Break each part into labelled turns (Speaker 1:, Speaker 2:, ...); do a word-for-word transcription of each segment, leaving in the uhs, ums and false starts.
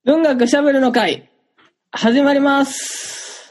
Speaker 1: 文学しゃべるの会始まります。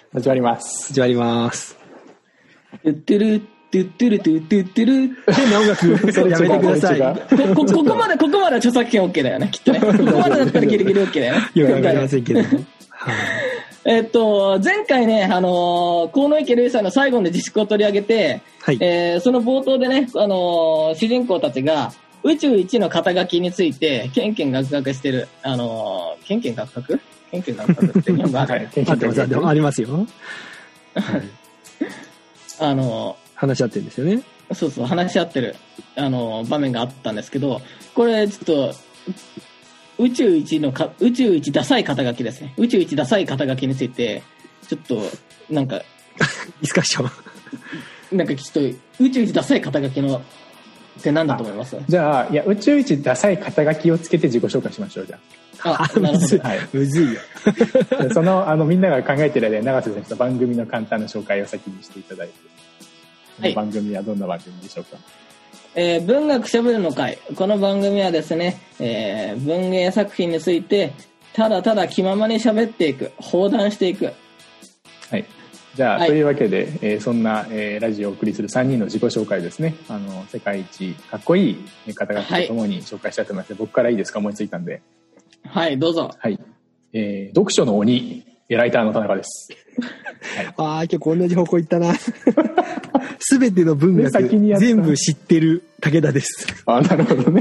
Speaker 2: 始まります。
Speaker 3: 始まります。
Speaker 1: トゥットゥルトゥットゥルトゥットゥットゥル
Speaker 3: 変な音楽それやめてください。
Speaker 1: こ, こ, ここまでここまでは著作権 OK だよねきっとね。ここまでだったらギリギリ OK だよね。
Speaker 3: よくわかりませんけど。はい、
Speaker 1: えっと前回ねあのー、河野池瑠衣さんの最後の自粛を取り上げて、はい、えー、その冒頭でねあのー、主人公たちが宇宙一の肩書きについてケンケンガクガクしてるあのー、ケンケンガクガクケンケンガクガクって読むある
Speaker 3: ありますよ。
Speaker 1: はい、あのー、
Speaker 3: 話し合ってるんですよね。
Speaker 1: そうそう話し合ってるあのー、場面があったんですけど、これちょっと宇宙一のか宇宙一ダサい肩書きですね。宇宙一ダサい肩書きについてちょっとなんか
Speaker 3: ディスカッショ
Speaker 1: ンなんかちょっと宇宙一ダサい肩書きのって何だと思います？
Speaker 2: じゃあ、いや宇宙一ダサい肩書きをつけて自己紹介しましょう。じゃ
Speaker 1: あ、あなるほど、
Speaker 3: はい、むずいよ。
Speaker 2: そのあのみんなが考えてる間に永瀬先生と番組の簡単な紹介を先にしていただいて、はい、この番組はどんな番組でしょうか？
Speaker 1: えー、文学しゃべるの会。この番組はですね、えー、文芸作品についてただただ気ままに喋っていく、放談していく。
Speaker 2: はい。じゃあ、はい、というわけで、えー、そんな、えー、ラジオをお送りするさんにんの自己紹介ですね。あの世界一かっこいい肩書きとともに紹介したいと思います、はい、僕からいいですか？思いついたんで。
Speaker 1: はい、どうぞ。
Speaker 2: はい。えー、読書の鬼、ライターの田中です。
Speaker 3: はい、ああ、結構同じ方向行ったな。すべての文学全部知ってる武田です。
Speaker 2: あ、なるほどね。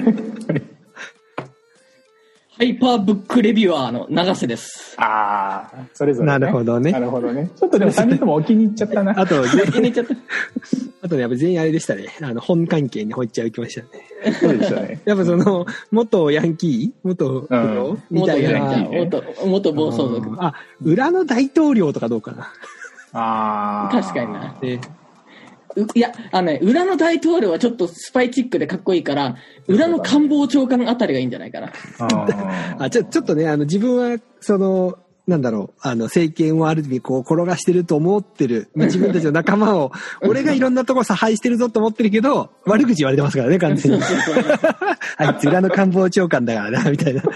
Speaker 1: ハイパーブックレビュアーの永瀬です。
Speaker 2: ああ、それぞれ、ね。
Speaker 3: なるほどね。
Speaker 2: なるほどね。ちょっとでもさんにんともお気に入っちゃったな。
Speaker 3: あと、
Speaker 1: お気に入っちゃった。
Speaker 3: あとね、やっぱ全員あれでしたね。あの、本関係に入っちゃいきましたね。
Speaker 2: そうでしたね。
Speaker 3: やっぱその、元ヤンキー元プロ、うん、みたいな。
Speaker 1: 元、元暴走族、
Speaker 3: うん。あ、裏の大統領とかどうかな。
Speaker 2: ああ。
Speaker 1: 確かにな。でいや、あのね、裏の大統領はちょっとスパイチックでかっこいいから、裏の官房長官あたりがいいんじゃないかな。
Speaker 3: ああちょ、ちょっとね、あの、自分は、その、なんだろう、あの、政権をある意味こう、転がしてると思ってる、自分たちの仲間を、俺がいろんなとこ差配してるぞと思ってるけど、悪口言われてますからね、完全に。あいつ裏の官房長官だからな、みたいな。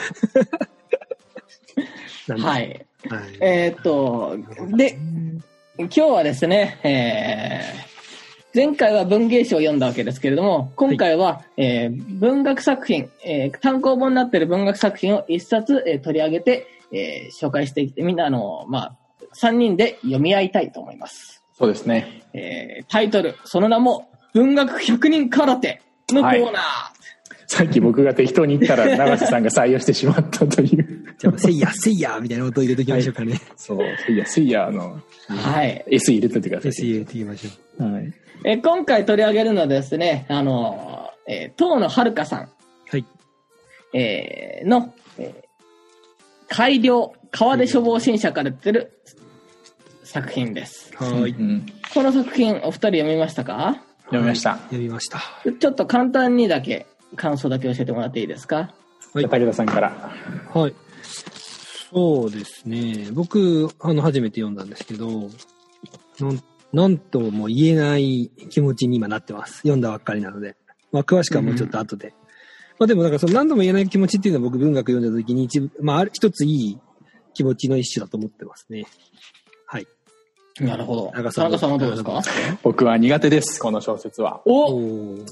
Speaker 1: はい。はい、えー、っと、で、今日はですね、えー、前回は文芸誌を読んだわけですけれども、今回は、はい、えー、文学作品、えー、単行本になっている文学作品を一冊、えー、取り上げて、えー、紹介していって、みんなあの、まあ、三人で読み合いたいと思います。
Speaker 2: そうですね。
Speaker 1: えー、タイトル、その名も、文学ひゃくにん空手のコーナー。はい、
Speaker 2: さっき僕が適当に言ったら、永瀬さんが採用してしまったという。
Speaker 3: じゃあ、せいや、せいやみたいな音を入れておきましょうかね。はい、
Speaker 2: そう、せいや、せいやの、
Speaker 1: はい。
Speaker 2: S 入れておいてください。
Speaker 3: S 入れておきましょう。
Speaker 2: はい。
Speaker 1: えー、今回取り上げるのはですね、あの、えー、遠野遥さん。
Speaker 3: はい。
Speaker 1: えー、の、えー、改良、川出処方新社から出てる作品です。
Speaker 3: はい、うん。
Speaker 1: この作品、お二人読みましたか？
Speaker 2: 読みました。
Speaker 3: 読みました。
Speaker 1: ちょっと簡単にだけ、感想だけ教えてもらっていいですか？
Speaker 2: はい。武田さんから。
Speaker 3: はい。そうですね。僕、あの、初めて読んだんですけど、なんなんとも言えない気持ちに今なってます。読んだばっかりなので。まあ、詳しくはもうちょっと後で。うん、まあでもなんかその何度も言えない気持ちっていうのは僕文学読んだ時に一、まあ一ついい気持ちの一種だと思ってますね。はい。
Speaker 1: なるほど。田中さんはどうですか？
Speaker 2: 僕は苦手です、この小説は。
Speaker 1: お、はい、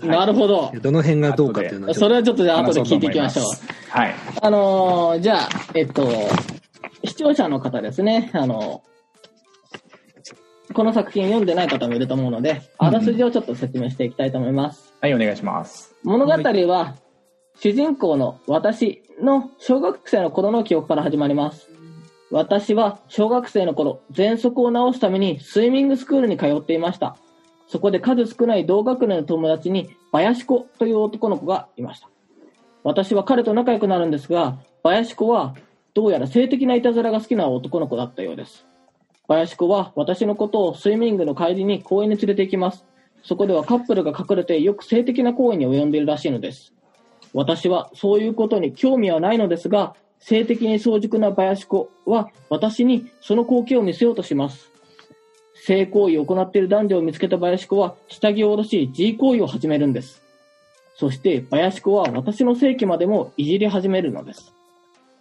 Speaker 1: なるほど。
Speaker 3: どの辺がどうかっていうのは。
Speaker 1: それはちょっとじゃあ後で聞いていきましょう。
Speaker 2: はい。
Speaker 1: あのー、じゃあ、えっと、視聴者の方ですね。あの、この作品読んでない方もいると思うので、あらすじをちょっと説明していきたいと思います。
Speaker 2: はい、お願いします。
Speaker 1: 物語は、主人公の私の小学生の頃の記憶から始まります。私は小学生の頃、喘息を治すためにスイミングスクールに通っていました。そこで数少ない同学年の友達に、林子という男の子がいました。私は彼と仲良くなるんですが、林子はどうやら性的ないたずらが好きな男の子だったようです。林子は私のことをスイミングの帰りに公園に連れて行きます。そこではカップルが隠れてよく性的な行為に及んでいるらしいのです。私はそういうことに興味はないのですが、性的に早熟な林子は私にその光景を見せようとします。性行為を行っている男女を見つけた林子は下着を下ろし G 行為を始めるんです。そして林子は私の性器までもいじり始めるのです。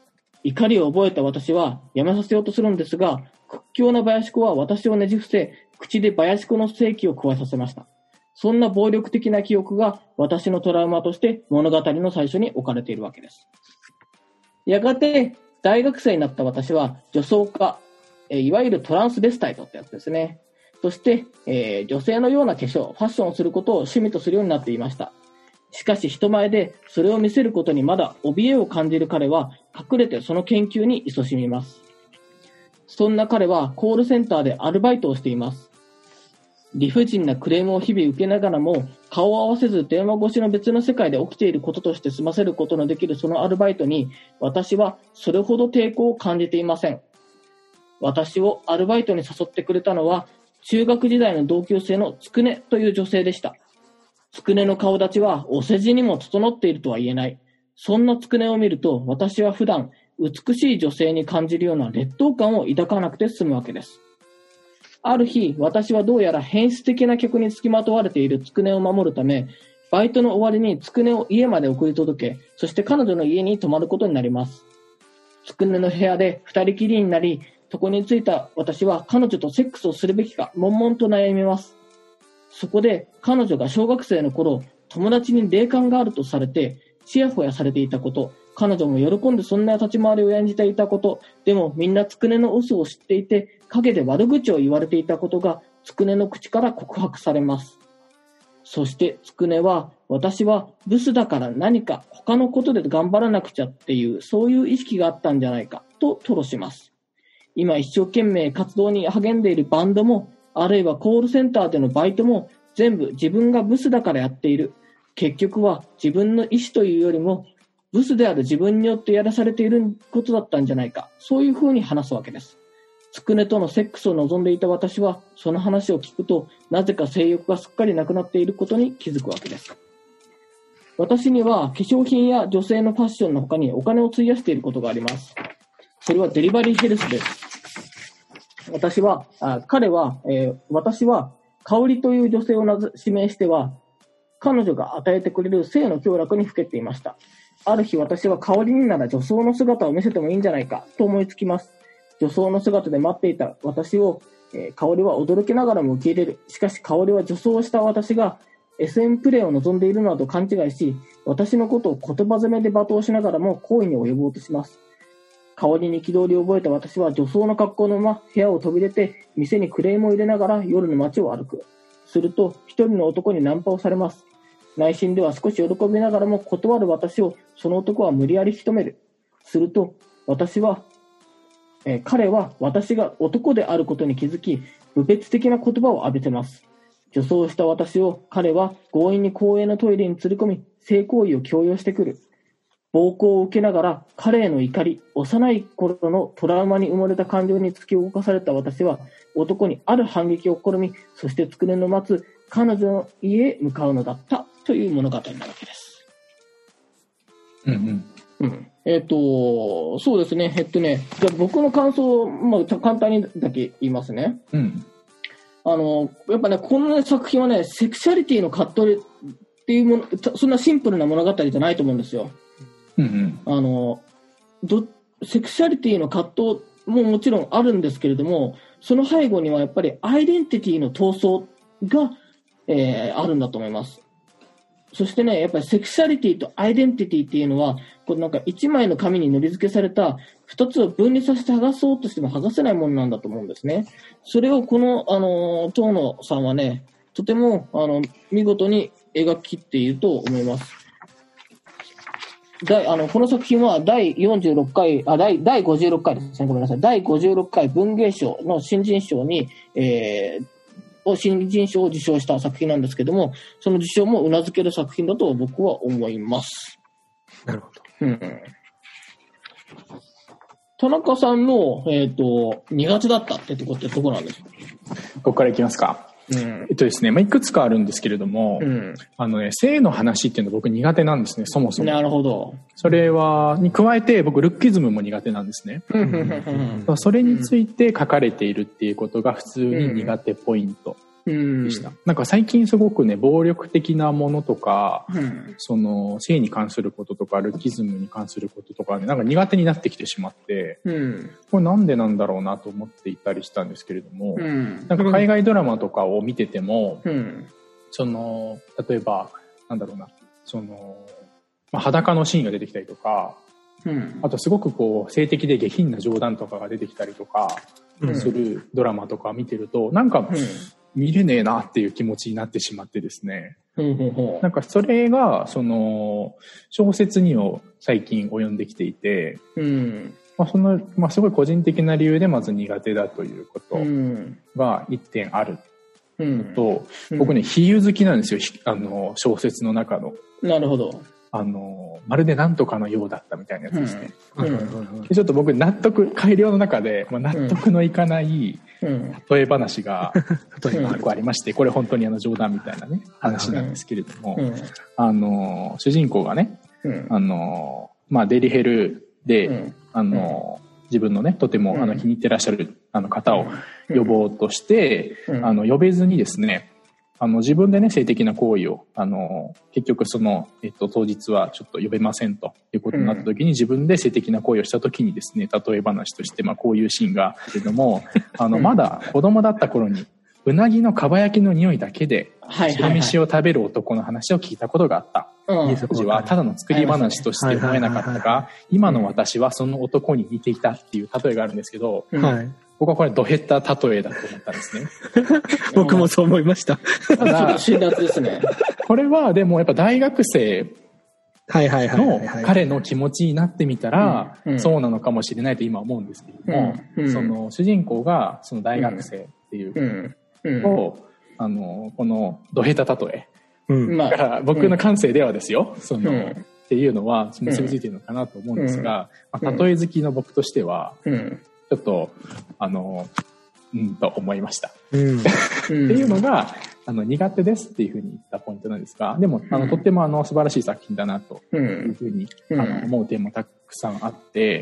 Speaker 1: 怒りを覚えた私はやめさせようとするんですが、屈強な林子は私をねじ伏せ、口で林子の正気を加えさせました。そんな暴力的な記憶が私のトラウマとして物語の最初に置かれているわけです。やがて大学生になった私は女装家、いわゆるトランスベスタイトってやつですね。そして、えー、女性のような化粧、ファッションをすることを趣味とするようになっていました。しかし人前でそれを見せることにまだ怯えを感じる彼は隠れてその研究に勤しみます。そんな彼はコールセンターでアルバイトをしています。理不尽なクレームを日々受けながらも顔を合わせず電話越しの別の世界で起きていることとして済ませることのできるそのアルバイトに私はそれほど抵抗を感じていません。私をアルバイトに誘ってくれたのは中学時代の同級生のつくねという女性でした。つくねの顔立ちはお世辞にも整っているとは言えない。そんなつくねを見ると私は普段美しい女性に感じるような劣等感を抱かなくて済むわけです。ある日、私はどうやら変質的な客につきまとわれているつくねを守るため、バイトの終わりにつくねを家まで送り届け、そして彼女の家に泊まることになります。つくねの部屋で二人きりになり、床に着いた私は彼女とセックスをするべきか悶々と悩みます。そこで彼女が小学生の頃、友達に霊感があるとされて、ちやほやされていたこと、彼女も喜んでそんな立ち回りを演じていたこと、でもみんなつくねの嘘を知っていて、陰で悪口を言われていたことがつくねの口から告白されます。そしてつくねは、私はブスだから何か他のことで頑張らなくちゃっていう、そういう意識があったんじゃないかと吐露します。今一生懸命活動に励んでいるバンドも、あるいはコールセンターでのバイトも全部自分がブスだからやっている。結局は自分の意思というよりもブスである自分によってやらされていることだったんじゃないか。そういうふうに話すわけです。つくねとのセックスを望んでいた私はその話を聞くとなぜか性欲がすっかりなくなっていることに気づくわけです。私には化粧品や女性のファッションの他にお金を費やしていることがあります。それはデリバリーヘルスです。私は、あ彼は、えー、私は、香織という女性を名指指名しては、彼女が与えてくれる性の享楽にふけっていました。ある日私は香織になら女装の姿を見せてもいいんじゃないかと思いつきます。女装の姿で待っていた私を、えー、香織は驚きながらも受け入れる。しかし香織は女装した私が エスエム プレイを望んでいるのだと勘違いし、私のことを言葉攻めで罵倒しながらも行為に及ぼうとします。香りに憤りを覚えた私は女装の格好のまま部屋を飛び出て店にクレームを入れながら夜の街を歩く。すると一人の男にナンパをされます。内心では少し喜びながらも断る私をその男は無理やり引き止める。すると私は、えー、彼は私が男であることに気づき、侮蔑的な言葉を浴びせます。女装した私を彼は強引に公園のトイレに連れ込み、性行為を強要してくる。暴行を受けながら彼への怒り、幼い頃のトラウマに埋もれた感情に突き動かされた私は男にある反撃を試み、そしてつくねの待つ彼女の家へ向かうのだったという物語なわけです。
Speaker 2: うんうん。
Speaker 1: うん、えっ、ー、と、そうですね。えっとね、じゃあ僕の感想を、まあ、簡単にだけ言いますね。
Speaker 2: うん。
Speaker 1: あの、やっぱね、この、ね、作品はね、セクシャリティの葛藤っていうもの、そんなシンプルな物語じゃないと思うんですよ。
Speaker 2: うんうん、
Speaker 1: あのどセクシャリティの葛藤ももちろんあるんですけれども、その背後にはやっぱりアイデンティティの闘争が、えー、あるんだと思います。そしてね、やっぱりセクシャリティとアイデンティティっていうのは、こうなんか一枚の紙に塗り付けされた二つを分離させて剥がそうとしても剥がせないものなんだと思うんですね。それをこの、あの、遠野さんはね、とても、あの、見事に描き切っていると思います。だあのこの作品はだいよんじゅうろっかい、あ、第、第ごじゅうろっかいですね。ごめんなさい。だいごじゅうろっかい文芸賞の新人賞に、えー、新人賞を受賞した作品なんですけども、その受賞も頷ける作品だと僕は思います。
Speaker 3: なるほど。
Speaker 1: うん。田中さんの、えっと、苦手だったってとこってどこなんですか？
Speaker 2: ここからいきますか。うん、えっとですね、まあ、いくつかあるんですけれども、うん、あのね、性の話っていうのは僕苦手なんですね、そもそも。
Speaker 1: なるほど。
Speaker 2: それは、に加えて僕、ルッキズムも苦手なんですね。それについて書かれているっていうことが普通に苦手ポイントでした。うん、なんか最近すごくね、暴力的なものとか、うん、その性に関することとかルッキズムに関することとかね、なんか苦手になってきてしまって、うん、これなんでなんだろうなと思っていたりしたんですけれども、うん、なんか海外ドラマとかを見てても、うん、その例えばなんだろうな、その、まあ、裸のシーンが出てきたりとか、うん、あとすごくこう性的で下品な冗談とかが出てきたりとかするドラマとか見てると、なんか、うん見れねえなっていう気持ちになってしまってですね。なんかそれが、その、小説にも最近及んできていて、うんまあ、その、まあ、すごい個人的な理由でまず苦手だということが一点あるのと、うん、僕ね、比喩好きなんですよ、あの、小説の中の。
Speaker 1: なるほど。
Speaker 2: あの、まるで何とかのようだったみたいなやつですね。うんうん、でちょっと僕納得、改良の中で、まあ、納得のいかない、例え話が一個ありまして、これ本当にあの冗談みたいなね、話なんですけれども、あの、主人公がね、あの、まあ、デリヘルで、あの、自分のね、とてもあの気に入ってらっしゃるあの方を呼ぼうとして、あの、呼べずにですね、あの、自分でね、性的な行為を、あの、結局その、えっと、当日はちょっと呼べませんということになった時に、自分で性的な行為をした時にですね、例え話として、まあ、こういうシーンがあるけれども、あの、まだ子供だった頃に、うなぎのかば焼きの匂いだけで、白飯を食べる男の話を聞いたことがあった。当時はただの作り話として思えなかったが、今の私はその男に似ていたっていう例えがあるんですけど、はい僕はこれドヘッタ例えだと思ったんですね。
Speaker 3: 僕もそう思いました。
Speaker 1: ただ辛辣ですね。
Speaker 2: これはでもやっぱ大学生の彼の気持ちになってみたらそうなのかもしれないと今思うんですけれども、うんうん、その主人公がその大学生っていうことを、うん、あのこのドヘッタ例え、うん、だから僕の感性ではですよ、その、うん、っていうのは結びついているのかなと思うんですが、うんまあ、例え好きの僕としては、うんちょっと、あの、うんと思いました。うん、っていうのが、あの、苦手ですっていうふうに言ったポイントなんですが、でも、あの、とってもあの、素晴らしい作品だなというふうに、うん、あの思う点もたくさんあって、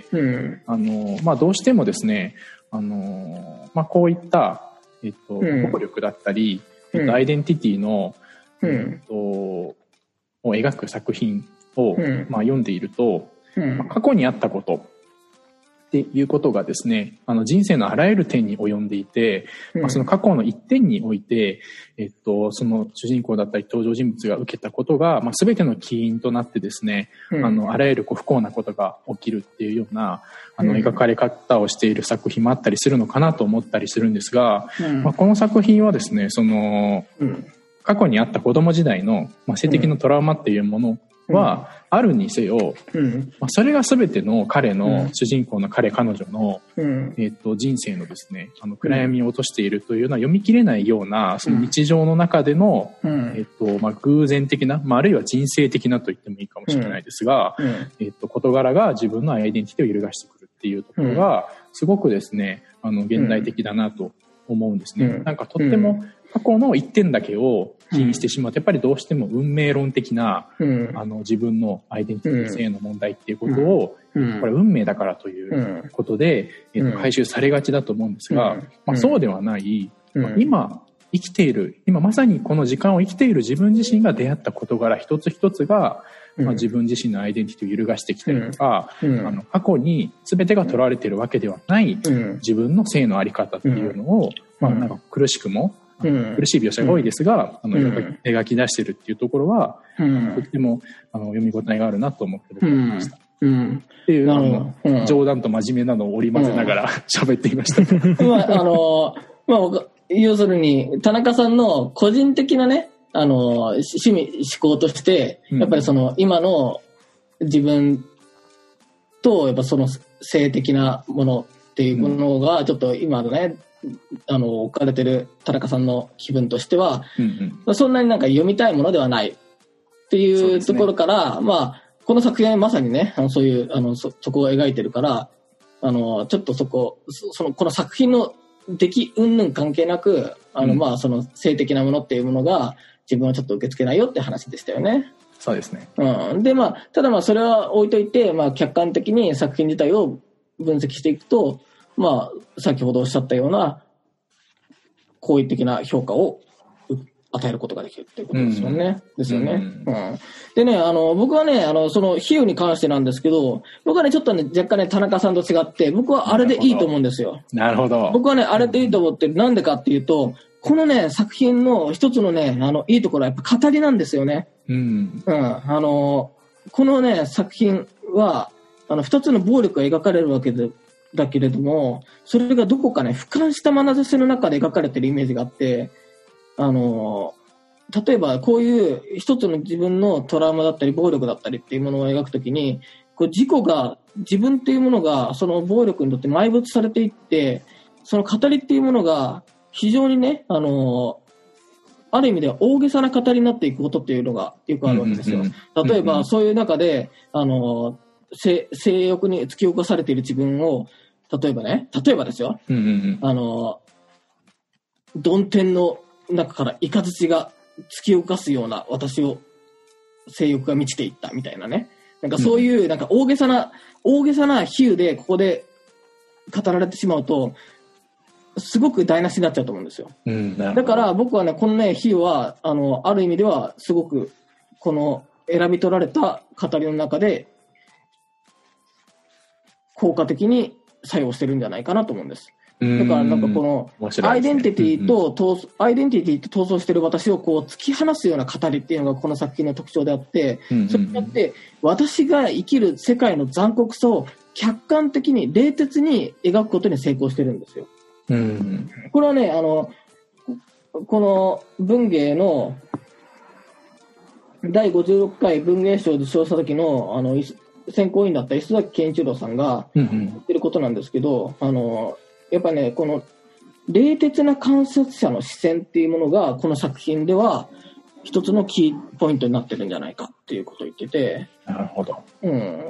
Speaker 2: うん、あの、まあ、どうしてもですね、あの、まあ、こういった、えっと、能力だったり、うん、えっと、アイデンティティの、うん、えっと、を描く作品を、うんまあ、読んでいると、うんまあ、過去にあったこと、っていうことがですね、あの人生のあらゆる点に及んでいて、うんまあ、その過去の一点において、えっと、その主人公だったり登場人物が受けたことが、まあ、全ての起因となってですね、うん、あのあらゆるこう不幸なことが起きるっていうようなあの描かれ方をしている作品もあったりするのかなと思ったりするんですが、うんまあ、この作品はですね、その、うん、過去にあった子供時代の、まあ、性的なトラウマっていうものはあるにせよ、うんまあ、それが全ての彼の、うん、主人公の彼彼女の、うんえー、と人生のですねあの暗闇を落としているというのは読み切れないようなその日常の中での、うんえーとまあ、偶然的な、まあ、あるいは人生的なと言ってもいいかもしれないですが、うんえー、と事柄が自分のアイデンティティを揺るがしてくるっていうところがすごくですねあの現代的だなと思うんですね。うん、なんかとっても過去の一点だけを気にしてしまうと、やっぱりどうしても運命論的な、うん、あの自分のアイデンティティ性の問題っていうことを、うん、これ運命だからということで、うん、えっと、回収されがちだと思うんですが、うんまあ、そうではない、うんまあ、今生きている今まさにこの時間を生きている自分自身が出会った事柄一つ一つが、まあ、自分自身のアイデンティティを揺るがしてきたりとか、うん、あの過去に全てが取られているわけではない、うん、自分の性の在り方っていうのを、うんまあ、なんか苦しくもうん、苦しい描写が多いですが、うん、あの描き出してるっていうところは、うん、とってもあの読み応えがあるなと思ってるました、うんうん、っていうあの、うん、冗談と真面目なのを織り交ぜながら喋、うん、っていました。
Speaker 1: まああのまあ要するに田中さんの個人的なねあの趣味思考としてやっぱりその、うん、今の自分とやっぱその性的なものっていうものがちょっと今のね、あの置かれてる田中さんの気分としては、うんうん、そんなになんか読みたいものではないっていうところから、ね、まあこの作品はまさにねあのそういうあの そ, そこを描いてるからあのちょっとそこそのこの作品の出来云々関係なくあの、うん、まあその性的なものっていうものが自分はちょっと受け付けないよって話でしたよね。
Speaker 2: そうですね。
Speaker 1: うん、でまあただまあそれは置いといて、まあ、客観的に作品自体を分析していくとまあ先ほどおっしゃったような好意的な評価を与えることができるっていうことですよね。うん、ですよね、うんうん。でね、あの、僕はね、あの、その比喩に関してなんですけど、僕はね、ちょっとね、若干ね、田中さんと違って、僕はあれでいいと思うんですよ。
Speaker 2: なるほど。
Speaker 1: 僕はね、あれでいいと思ってる。なんでかっていうと、このね、作品の一つのね、あの、いいところはやっぱ語りなんですよね。
Speaker 2: うん。
Speaker 1: うん。あの、このね、作品は、あの、二つの暴力が描かれるわけで、だけれども、それがどこかね、俯瞰した眼差しの中で描かれてるイメージがあって、あの、例えばこういう一つの自分のトラウマだったり暴力だったりっていうものを描くときに、こう自己が、自分っていうものがその暴力にとって埋没されていって、その語りっていうものが非常にね、あの、ある意味では大げさな語りになっていくことっていうのがよくあるわけですよ。うんうんうん、例えばそういう中で、あの、性, 性欲に突き動かされている自分を、例えばね、例えばですよ、
Speaker 2: うんうんうん、
Speaker 1: あの、曇天の中からイカズチが突き動かすような私を性欲が満ちていったみたいなね。なんかそういうなんか大げさな、大げさな比喩でここで語られてしまうと、すごく台無しになっちゃうと思うんですよ。
Speaker 2: うん、
Speaker 1: だから僕はね、このね、比喩は、あの、ある意味ではすごく、この選び取られた語りの中で、効果的に作用してるんじゃないかなと思うんです。だからなんかこのアイデンティティと闘争、アイデンティティと闘争してる私をこう突き放すような語りっていうのがこの作品の特徴であって、それによって私が生きる世界の残酷さを客観的に冷徹に描くことに成功してるんですよ。
Speaker 2: うん、
Speaker 1: これはね、あのこの文芸のだいごじゅうろっかい文芸賞を受賞した時のあの選考委員だった磯崎健一郎さんが言ってることなんですけど、あのやっぱね、この冷徹な観察者の視線っていうものがこの作品では一つのキーポイントになってるんじゃないかっていうことを言ってて、
Speaker 2: なるほど、
Speaker 1: うん、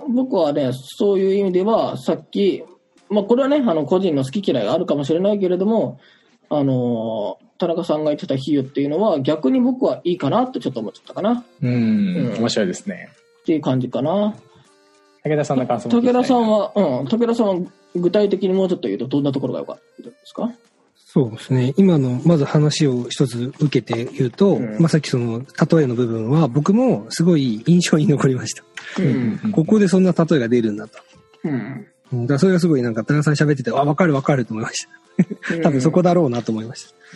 Speaker 1: 僕はね、そういう意味ではさっき、まあ、これはね、あの個人の好き嫌いがあるかもしれないけれども、あの田中さんが言ってた比喩っていうのは逆に僕はいいかなとちょっと思っちゃったかな。
Speaker 2: うん、うん、面白いですね
Speaker 1: っていう感じかな。
Speaker 2: 武田さんの感想も聞きたい。
Speaker 1: 武田さんは、うん、武田さんは具体的にもうちょっと言うとどんなところが良かったですか？
Speaker 3: そうですね。今のまず話を一つ受けて言うと、うん、まあ、さっきその例えの部分は僕もすごい印象に残りました。うん、ここでそんな例えが出るんだと。うん、だからそれがすごいなんか田中さん喋ってて、あ、分かる分かると思いました。多分そこだろうなと思いました。うん、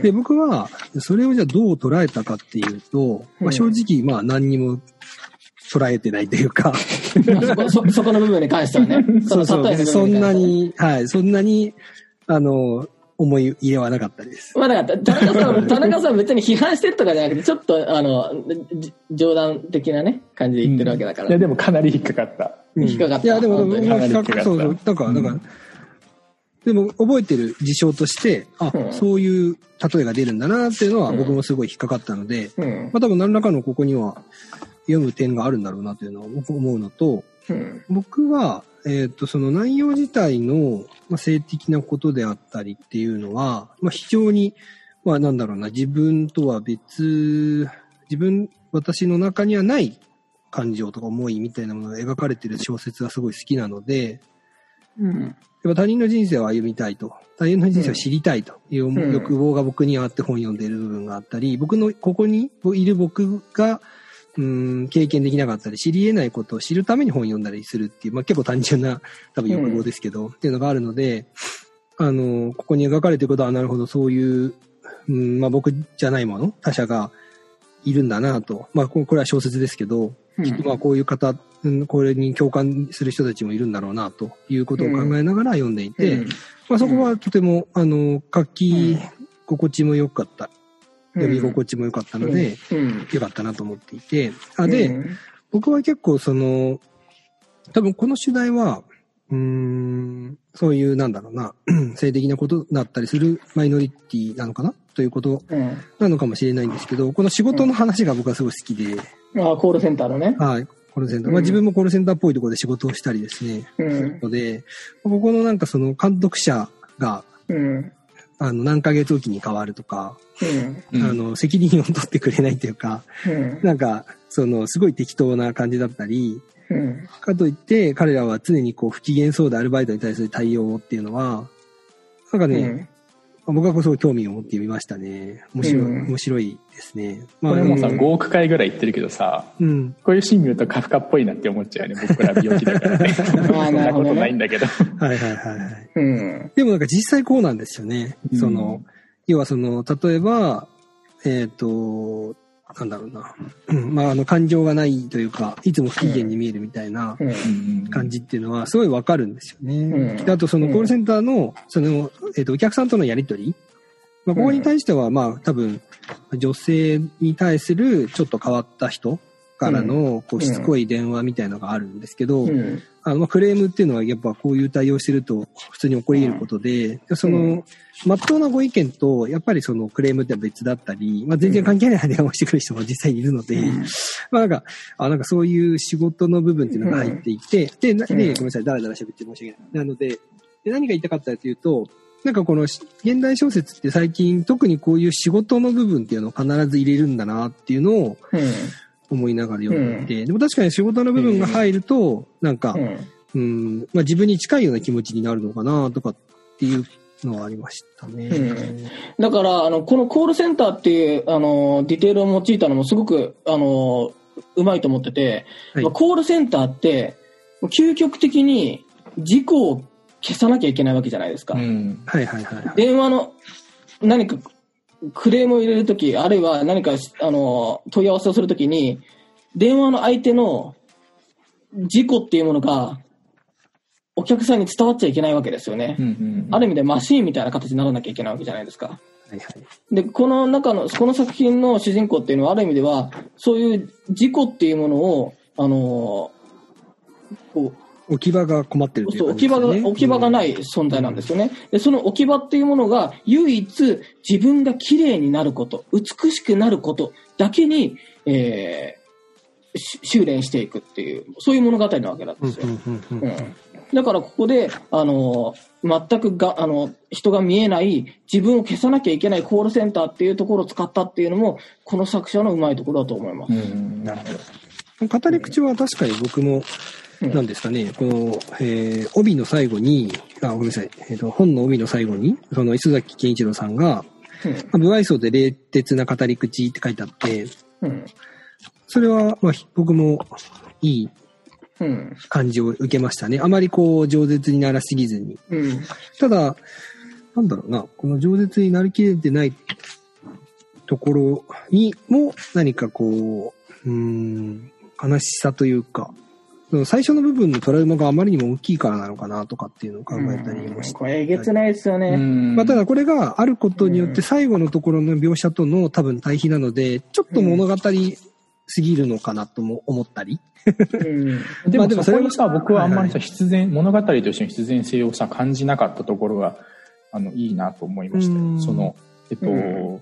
Speaker 3: で、僕はそれをじゃあどう捉えたかっていうと、まあ、正直まあ何にも捉えてないというか
Speaker 1: そこそ、そこの部分に関してはね。
Speaker 3: そうそう。そんなに、はい、そんなに、あの、思い入れはなかったです。
Speaker 1: まあだから、田中さん、田中さん別に批判してるとかじゃなくて、ちょっと、あの、冗談的なね、感じで言ってるわけだから。
Speaker 2: うん、いや、でもかなり引っかかった。
Speaker 1: うん、引っかかった。
Speaker 3: いや、でも、かなり引っかかった。そうそう。だから、だから、うん、でも覚えてる事象として、あ、うん、そういう例えが出るんだなっていうのは僕もすごい引っかかったので、うん、まあ多分何らかのここには、読む点があるんだろうなというのは僕思うのと、うん、僕は、えっと、その内容自体の、まあ、性的なことであったりっていうのは、まあ、非常に、まあなんだろうな、自分とは別、自分、私の中にはない感情とか思いみたいなものが描かれている小説がすごい好きなので、うん、やっぱ他人の人生を歩みたいと、他人の人生を知りたいという欲望が僕にはあって本読んでいる部分があったり、僕のここにいる僕がうーん経験できなかったり知り得ないことを知るために本を読んだりするっていう、まあ、結構単純な多分欲望ですけど、うん、っていうのがあるので、あのここに描かれていることはなるほどそういう、うんまあ、僕じゃないもの他者がいるんだなと、まあ、これは小説ですけど、うん、きっとまあこういう方、これに共感する人たちもいるんだろうなということを考えながら読んでいて、うんまあ、そこはとてもあの書き心地も良かった。読み心地も良かったので、うん、良かったなと思っていて、あで、うん、僕は結構その多分この主題はうーんそういうなんだろうな性的なことだったりするマイノリティなのかなということなのかもしれないんですけど、この仕事の話が僕はすごい好きで、
Speaker 1: うん、あコールセンターのね、
Speaker 3: はい、コールセンター、うんまあ、自分もコールセンターっぽいところで仕事をしたりですね、うん、するので、ここのなんかその監督者が、うんあの何ヶ月おきに変わるとか、うん、あの責任を取ってくれないというか、うん、なんかそのすごい適当な感じだったり、うん、かといって彼らは常にこう不機嫌そうでアルバイトに対する対応っていうのはなんかね、 僕はすごい興味を持って読みましたね。面白い、うん、面白いですね。
Speaker 2: まあ、これもさ、ごおくかいぐらい言ってるけどさ、うん、こういうシーン見るとカフカっぽいなって思っちゃうよね。僕ら病気だからね。そんなことないんだけど。
Speaker 3: はいはいはいはい。うん、でもなんか実際こうなんですよね。うん、その、要はその、例えば、えっと、なんだろうな。うん、まあ、あの、感情がないというか、いつも不機嫌に見えるみたいな感じっていうのは、すごいわかるんですよね。うん、あと、そのコールセンターの、その、えっと、お客さんとのやりとり。まあ、ここに対しては、まあ、多分、女性に対するちょっと変わった人からの、こう、しつこい電話みたいなのがあるんですけど、うん、あの、まあ、クレームっていうのは、やっぱこういう対応してると、普通に起こり得ることで、その、まっとうなご意見と、やっぱりそのクレームって別だったり、まあ、全然関係ない電話をしてくる人も実際にいるので、うん、まあなんか、あ、なんかそういう仕事の部分っていうのが入っていて、で、で、ごめんなさい、だらだら喋って申し訳ない。なので、で何が言いたかったかというと、なんかこの現代小説って最近特にこういう仕事の部分っていうのを必ず入れるんだなっていうのを思いながら読んでいて、でも確かに仕事の部分が入ると、なんか、うん、まあ自分に近いような気持ちになるのかなとかっていうのはありましたね。うん、
Speaker 1: だから、あの、このコールセンターっていう、あの、ディテールを用いたのもすごく、あの、うまいと思ってて、はい、コールセンターって、究極的に事故を消さなきゃいけないわけじゃないですか。うん、はいはいはい、はい。電話の何かクレームを入れるとき、あるいは何か、あの、問い合わせをするときに、電話の相手の事故っていうものが、お客さんに伝わっちゃいけないわけですよね、うんうんうん。ある意味でマシーンみたいな形にならなきゃいけないわけじゃないですか。はいはい、で、この中の、この作品の主人公っていうのはある意味では、そういう事故っていうものを、あの、
Speaker 3: こう、置き場が困ってるというか、ね、
Speaker 1: そう、置き場が、置き場がない存在なんですよね。で、その置き場っていうものが、唯一自分が綺麗になること、美しくなることだけに、えー、修練していくっていう、そういう物語なわけなんですよ。だからここで、あの、全くが、あの、人が見えない自分を消さなきゃいけないコールセンターっていうところを使ったっていうのも、この作者のうまいところだと思います。うん、なる
Speaker 3: ほど。語り口は確かに僕も、なんですかね、この、えー、帯の最後に、あ、ごめんなさい、えっと、本の帯の最後に、その磯崎健一郎さんが、うん、無愛想で冷徹な語り口って書いてあって、うん、それは、まあ、僕もいい感じを受けましたね。あまりこう、饒舌にならすぎずに。うん、ただ、なんだろうな、この饒舌になりきれてないところにも、何かこう、うーん、悲しさというか、最初の部分のトラウマがあまりにも大きいからなのかなとかっていうのを考えたりもして。
Speaker 1: これえげつないですよね。
Speaker 3: まあ、ただこれがあることによって最後のところの描写との多分対比なので、ちょっと物語すぎるのかなとも思ったり。
Speaker 2: うん、でもそこにさ、僕はあんまりさ、必然、物語としての必然性をさ、感じなかったところが、あの、いいなと思いましたよ。その、えっと、うん、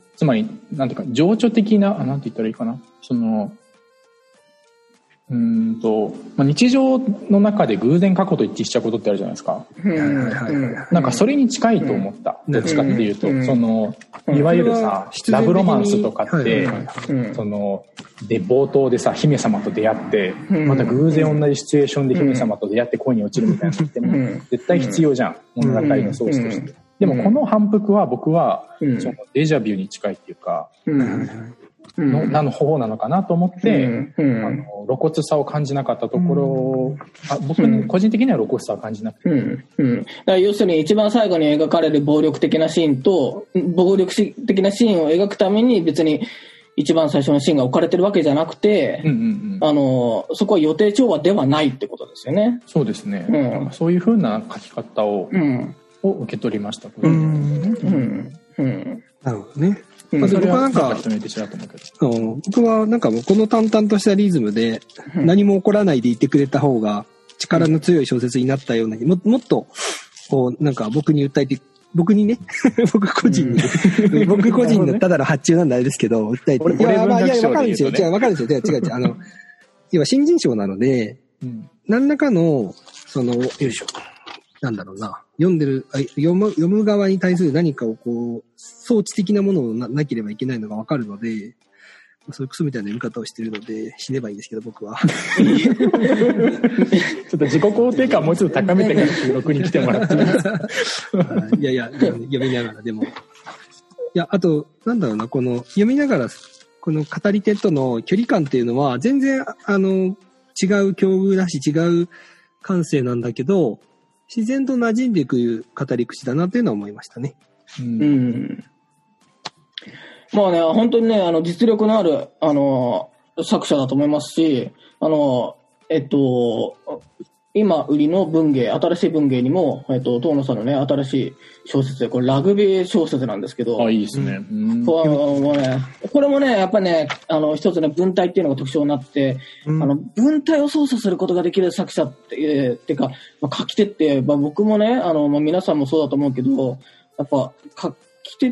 Speaker 2: つまり、なんていうか、情緒的な、あ、なんて言ったらいいかな。その、うーんと、まあ、日常の中で偶然過去と一致しちゃうことってあるじゃないですか。なんかそれに近いと思った。どっちかっていうと、その、いわゆるさ、ラブロマンスとかって、その、で、冒頭でさ、姫様と出会って、また偶然同じシチュエーションで姫様と出会って恋に落ちるみたいなのっても絶対必要じゃん。物語のソースとして。でもこの反復は僕は、そのデジャビューに近いっていうか、の、なの方なのかなと思って、うんうん、あの露骨さを感じなかったところを、うん、あ僕、ね、個人的には露骨さを感じなくて、うん
Speaker 1: うん、だから要するに一番最後に描かれる暴力的なシーンと暴力的なシーンを描くために別に一番最初のシーンが置かれてるわけじゃなくて、うんうんうん、あのそこは予定調和ではないってことですよね。
Speaker 2: そうですね、うん、そういう風な書き方を、うん、を受け取りました。うんうん
Speaker 3: うん、なるほどね。まあ、僕はなんか、僕はなんかもうこの淡々としたリズムで何も起こらないでいてくれた方が力の強い小説になったような、も, もっとこうなんか僕に訴えて、僕にね、僕個人に、うん、僕個人のただの発注なんであれですけど、訴えて、いや、まあ、いや、わかるんですよ。違う、わかるんですよ。違う、違う、違う。あの、要は新人賞なので、うん、何らかの、その、よいしょ。なんだろうな。読んでる、読む、読む側に対する何かをこう、装置的なものを な, なければいけないのがわかるので、そういうクソみたいな読み方をしているので、死ねばいいんですけど、僕は。
Speaker 2: ちょっと自己肯定感もうちょっと高めてから収録に来てもらっていいですか。
Speaker 3: いやいや、読みながら、でも、 いや、あと、なんだろうな、この、読みながら、この語り手との距離感っていうのは、全然、あの、違う境遇だし、違う感性なんだけど、自然と馴染んでいく語り口だなっていうのは思いましたね。
Speaker 1: うん。うん、まあね、本当にね、あの、実力のある、あの、作者だと思いますし、あの、えっと、今売りの文芸、新しい文芸にも、えっと、遠野さんのね、新しい小説で、これラグビー小説なんですけど。
Speaker 2: あ、いいですね。うん、
Speaker 1: これもね、これもね、やっぱね、あの、一つね、文体っていうのが特徴になって、うん、あの、文体を操作することができる作者って、えー、っていうか、まあ、書き手って、まあ、僕もね、あの、まあ、皆さんもそうだと思うけど、やっぱ、書き手って、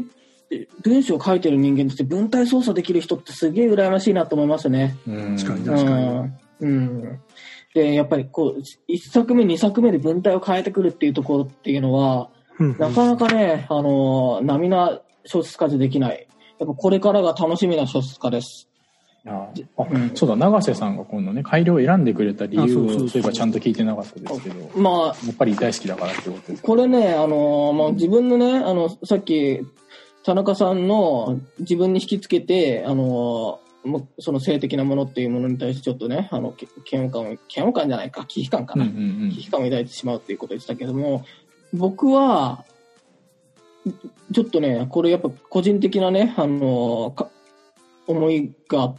Speaker 1: 文章を書いてる人間として文体操作できる人ってすげえ羨ましいなと思いますね。
Speaker 3: うん、確かに確かに。
Speaker 1: うんうんで、やっぱりこう、一作目、二作目で文体を変えてくるっていうところっていうのは、うんうん、なかなかね、あの、並な小説家じゃできない。やっぱこれからが楽しみな小説家です。
Speaker 2: ああ、うん、そうだ、長瀬さんが今度ね、改良を選んでくれた理由を、そういえばちゃんと聞いてなかったですけど、まあ、やっぱり大好きだからってことですか。
Speaker 1: これね、あの、まあ、自分のね、あの、さっき、田中さんの自分に引きつけて、あの、その性的なものっていうものに対してちょっとね、あの、嫌悪感を、嫌悪感じゃないか、忌避感かな、うんうんうん。忌避感を抱いてしまうっていうことを言ってたけども、僕は、ちょっとね、これやっぱ個人的なね、あの、思いがあって、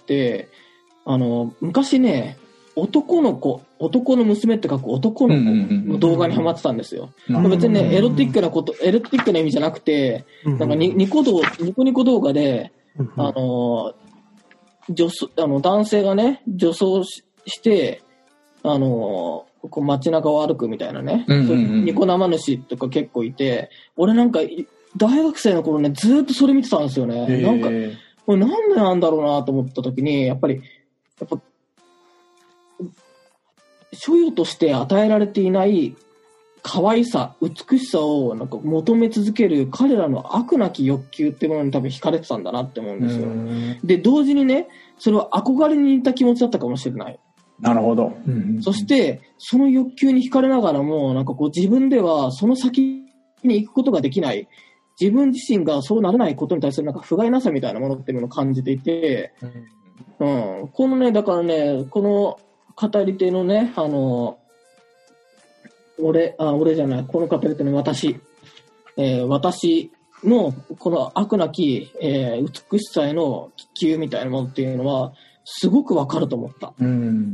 Speaker 1: あの、昔ね、男の子、男の娘って書く男の子の動画にハマってたんですよ。うんうんうん、別にね、エロティックなこと、エロティックな意味じゃなくて、なんかニ、ニコ動、ニコニコ動画で、あの、女あの男性がね、女装 し, して、あのー、こう街中を歩くみたいなね、うんうんうん、ニコ生主とか結構いて、俺なんか、大学生の頃ね、ずーっとそれ見てたんですよね。なんか、これなんでなんだろうなと思った時に、やっぱり、やっぱ、所有として与えられていない可愛さ、美しさをなんか求め続ける彼らの悪なき欲求っていうものに多分惹かれてたんだなって思うんですよ。で、同時にね、それは憧れに似た気持ちだったかもしれない。
Speaker 2: なるほど。
Speaker 1: うんうんうん、そして、その欲求に惹かれながらも、なんかこう自分ではその先に行くことができない、自分自身がそうなれないことに対するなんか不甲斐なさみたいなものっていうのを感じていて、うん、うん、このね、だからね、この語り手のね、あの、俺、あ、俺じゃない、この語り手の私、えー、私のこの悪なき、えー、美しさへの気球みたいなものっていうのはすごくわかると思った。うん、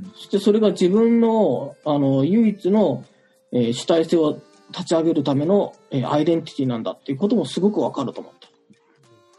Speaker 1: そしてそれが自分のあの唯一の、えー、主体性を立ち上げるための、えー、アイデンティティなんだっていうこともすごくわかると思った。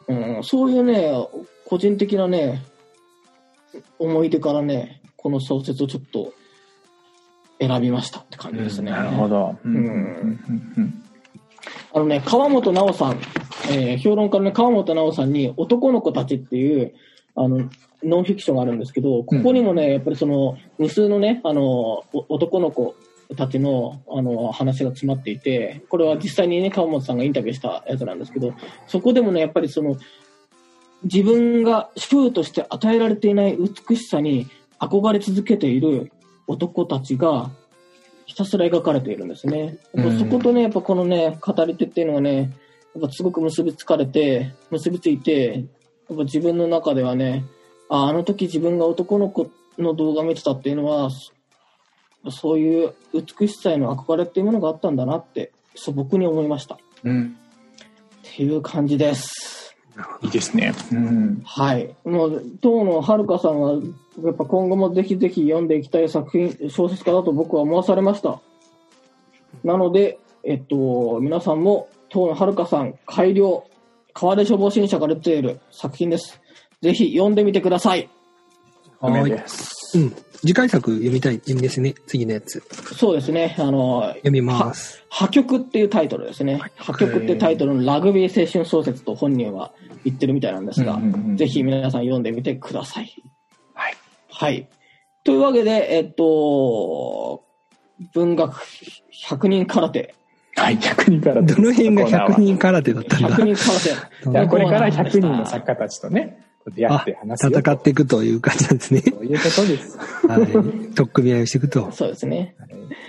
Speaker 1: うん、そういうね、個人的なね、思い出からね、この小説をちょっと選びましたって感じですね。
Speaker 2: うん、なるほど。うんうんうん
Speaker 1: うんあのね、川本直さん、えー、評論家の、ね、川本直さんに男の子たちっていうあのノンフィクションがあるんですけど、ここにもね、やっぱりその無数のね、あの男の子たちのあの話が詰まっていて、これは実際にね、川本さんがインタビューしたやつなんですけど、そこでもね、やっぱりその自分が主として与えられていない美しさに憧れ続けている男たちがひたすら描かれているんですね。やっぱそことね、やっぱこのね、語り手っていうのがね、やっぱすごく結びつかれて、結びついて、やっぱ自分の中ではね、あ、あの時自分が男の子の動画見てたっていうのは、そういう美しさへの憧れっていうものがあったんだなって、そう僕に思いました。うん。っていう感じです。
Speaker 2: いいですね。うん、
Speaker 1: はい。もう、当のはるかさんは、やっぱ今後もぜひぜひ読んでいきたい作品、小説家だと僕は思わされました。なので、えっと、皆さんも、当のはるかさん、改良、川出処方新社から出ている作品です。ぜひ読んでみてください。
Speaker 3: はい。うん。次回作読みたい読みですね。次のやつ。
Speaker 1: そうですね。あの、
Speaker 3: 読みます。
Speaker 1: 破局っていうタイトルですね。破局っていうタイトルのラグビー青春小説と本人は言ってるみたいなんですが、うんうんうん、ぜひ皆さん読んでみてください。
Speaker 2: はい。
Speaker 1: はい。というわけで、えっと、文学ひゃくにん空手。
Speaker 2: はい、ひゃくにん空手。
Speaker 3: どの辺がひゃくにん空手だったんだ。
Speaker 1: ひゃくにん空手。
Speaker 2: じゃあこれからひゃくにんの作家たちとね、出会って話すよ。
Speaker 3: 戦っていくという感じなんですね。
Speaker 2: そういうことです。
Speaker 3: はい。取っ組み合いをしていくと。
Speaker 1: そうですね。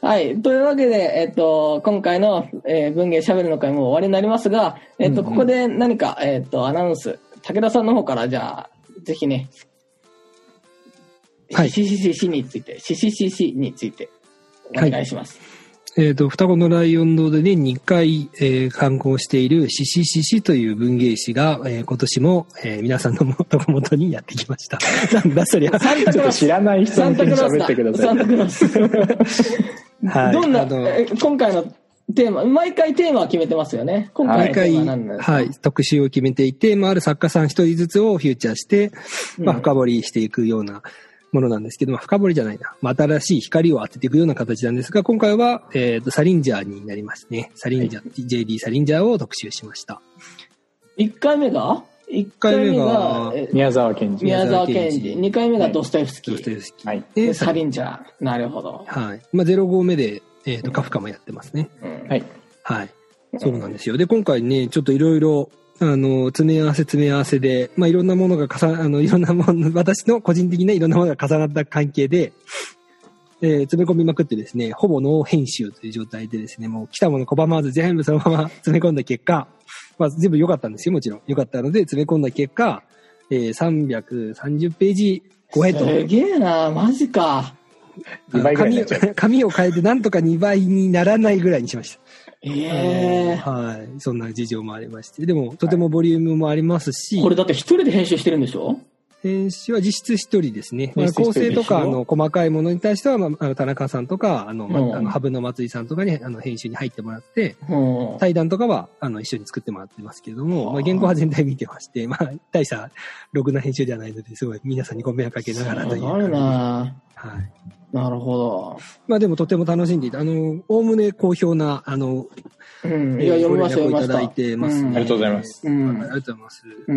Speaker 1: はい。というわけで、えっと、今回の、えー、文芸しゃべるの会も終わりになりますが、えっと、うんうん、ここで何か、えっと、アナウンス、武田さんの方から、じゃあ、ぜひね、はい。シシシシについて、シシシシについて、お願いします。
Speaker 3: はい、えっと、双子のライオン堂で年にいっかい、えー、刊行しているシシシシという文芸誌が、えー、今年も、えー、皆さんの元々にやってきました。なんだそりゃ。
Speaker 2: ちょっと知らない人向けに喋ってください。
Speaker 1: サンタクロース。はい。どんな、今回のテーマ、毎回テーマは決めてますよね。今回のテーマは何なんですか？
Speaker 3: はい。特集を決めていて、まあ、ある作家さん一人ずつをフューチャーして、まあ、深掘りしていくようなものなんですけど、まあ、深掘りじゃないな。まあ、新しい光を当てていくような形なんですが、今回は、えっと、サリンジャーになりますね。サリンジャー、はい、ジェーディー サリンジャーを特集しました。
Speaker 1: いっかいめがいっかいめが
Speaker 2: 宮沢賢治。
Speaker 1: 宮沢賢治。にかいめがドストエフスキー。
Speaker 3: ドストエフスキー。
Speaker 1: はい。で、サリンジャー。なるほど。
Speaker 3: はい。まあ、ゼロ号目で、えっと、カフカもやってますね。
Speaker 1: うん、
Speaker 2: はい。
Speaker 3: はい。そうなんですよ。で、今回ね、ちょっといろいろ、あの、詰め合わせ詰め合わせで、まあ、いろんなものが重な、あの、いろんなもの、私の個人的ないろんなものが重なった関係で、えー、詰め込みまくってですね、ほぼノー編集という状態でですね、もう来たもの拒まず全部そのまま詰め込んだ結果、まあ、全部良かったんですよ、もちろん。良かったので、詰め込んだ結果、えー、さんびゃくさんじゅうページ超えと。
Speaker 1: すげえな、マジか。
Speaker 3: 紙を、紙を変えてなんとかにばいにならないぐらいにしました。
Speaker 1: ええー。
Speaker 3: はい。そんな事情もありまして。でも、とてもボリュームもありますし。
Speaker 1: これだって一人で編集してるんでしょ？
Speaker 3: 編集は実質一人ですね。まあ、構成とか、あの、細かいものに対しては、まあ、あの、田中さんとか、あの、まあ、あの、ハブの松井さんとかに、あの、編集に入ってもらって、
Speaker 1: うん、
Speaker 3: 対談とかは、あの、一緒に作ってもらってますけれども、まあ、原稿は全体見てまして、まあ、大した、ろくな編集ではないので、すごい皆さんにご迷惑かけながらという。
Speaker 1: すごいな
Speaker 3: はい。
Speaker 1: なるほど。
Speaker 3: まあでもとても楽しんでいた。あの、おおむね好評な、あの、
Speaker 1: うん、いや、読みました、読みました。
Speaker 3: いただいてます、ね
Speaker 2: うん。ありがとうございます。
Speaker 1: うん、
Speaker 3: ありがとうございます。
Speaker 1: うん。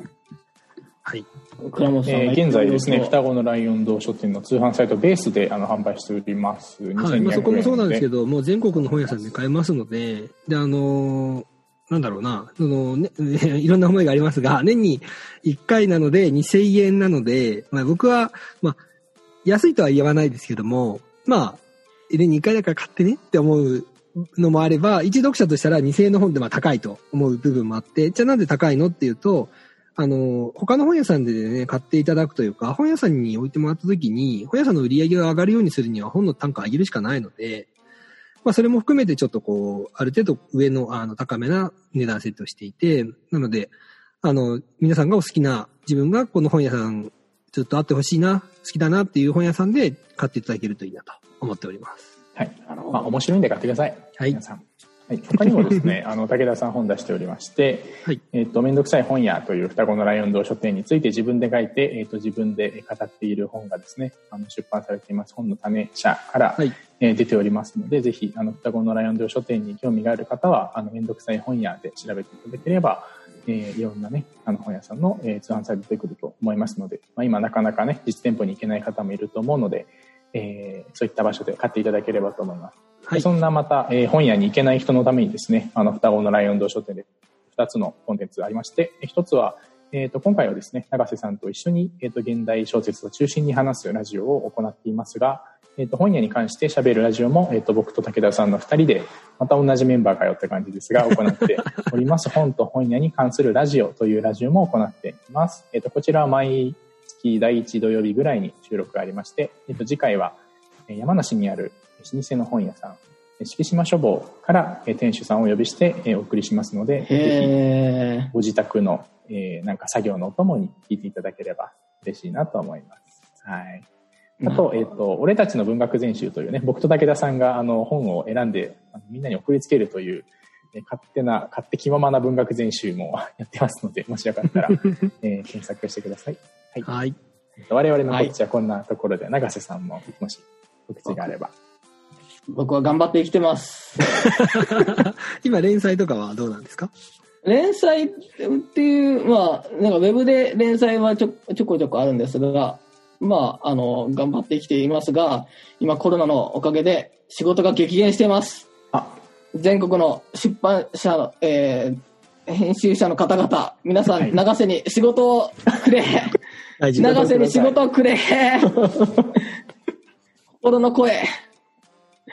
Speaker 3: はい。
Speaker 1: 倉本さん、
Speaker 2: えー、現在ですね、双子のライオン堂書店の通販サイトベースであの販売しております。
Speaker 3: はい、まあ、そこもそうなんですけど、もう全国の本屋さんで買えますので、で、あのー、なんだろうな、そのね、いろんな思いがありますが、年にいっかいなのでにせんえんなので、まあ僕は、まあ、安いとは言わないですけども、まあ、年にいっかいだから買ってねって思うのもあれば、一読者としたらにせんえんの本でまあ高いと思う部分もあって、じゃあなんで高いのっていうと、あの、他の本屋さんでね、買っていただくというか、本屋さんに置いてもらった時に、本屋さんの売り上げが上がるようにするには本の単価を上げるしかないので、まあそれも含めてちょっとこう、ある程度上の、あの、高めな値段設定をしていて、なので、あの、皆さんがお好きな、自分がこの本屋さん、ちょっとあってほしいな、好きだなっていう本屋さんで買っていただけるといいなと思っております。
Speaker 2: はい。あの、まあ面白いんで買ってください。
Speaker 3: はい。
Speaker 2: 皆さん。はい、他にもですね、あの、武田さん本出しておりまして、はい、えっと、めんどくさい本屋という双子のライオン堂書店について自分で書いて、えっと、自分で語っている本がですね、あの、出版されています、本の種社から、はい、えー、出ておりますので、ぜひ、あの、双子のライオン堂書店に興味がある方は、あの、めんどくさい本屋で調べていただければ、えー、いろんなね、あの、本屋さんの、えー、通販サイト出てくると思いますので、まあ、今なかなかね、実店舗に行けない方もいると思うので、えー、そういった場所で買っていただければと思います。はい、そんなまた、えー、本屋に行けない人のためにですね、あの、双子のライオン堂書店でふたつのコンテンツがありまして、ひとつは、えっと、今回はですね、永瀬さんと一緒に、えっと、現代小説を中心に話すラジオを行っていますが、えっと、本屋に関して喋るラジオも、えっと、僕と武田さんのふたりで、また同じメンバーかよって感じですが、行っております。本と本屋に関するラジオというラジオも行っています。えっと、こちらは毎月だいいち土曜日ぐらいに収録がありまして、えっと、次回は、山梨にある老舗の本屋さん、敷島書房から店主さんをお呼びしてお送りしますので、ぜひご自宅のなんか作業のお供に聞いていただければ嬉しいなと思います。はい。あと、えっと、俺たちの文学全集というね、僕と武田さんがあの本を選んでみんなに送りつけるという、勝手な、勝手気ままな文学全集もやってますので、もしよかったら、えー、検索してください。はい。
Speaker 3: はい、
Speaker 2: 我々のこっちはこんなところで、永瀬さんももし告知があれば。
Speaker 1: 僕は頑張って生きてます。
Speaker 3: 今連載とかはどうなんですか？
Speaker 1: 連載っていう、まあ、なんかウェブで連載はちょ、ちょこちょこあるんですが、まあ、あの、頑張って生きていますが、今コロナのおかげで仕事が激減しています。
Speaker 2: あ、
Speaker 1: 全国の出版社の、えー、編集者の方々、皆さん、はい、長瀬に仕事をくれ。長瀬に仕事をくれ。心の声。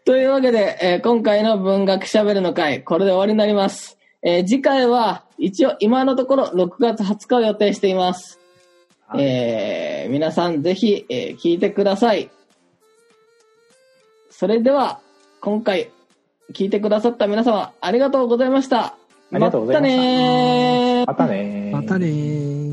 Speaker 1: というわけで、えー、今回の文学しゃべるの会、これで終わりになります。えー、次回は、一応今のところろくがつはつかを予定しています。はい、えー、皆さんぜひ、えー、聞いてください。それでは、今回、聞いてくださった皆様、ありがとうございました。
Speaker 2: ありがとうございました。
Speaker 1: またねー。
Speaker 2: またねー。
Speaker 3: またねー。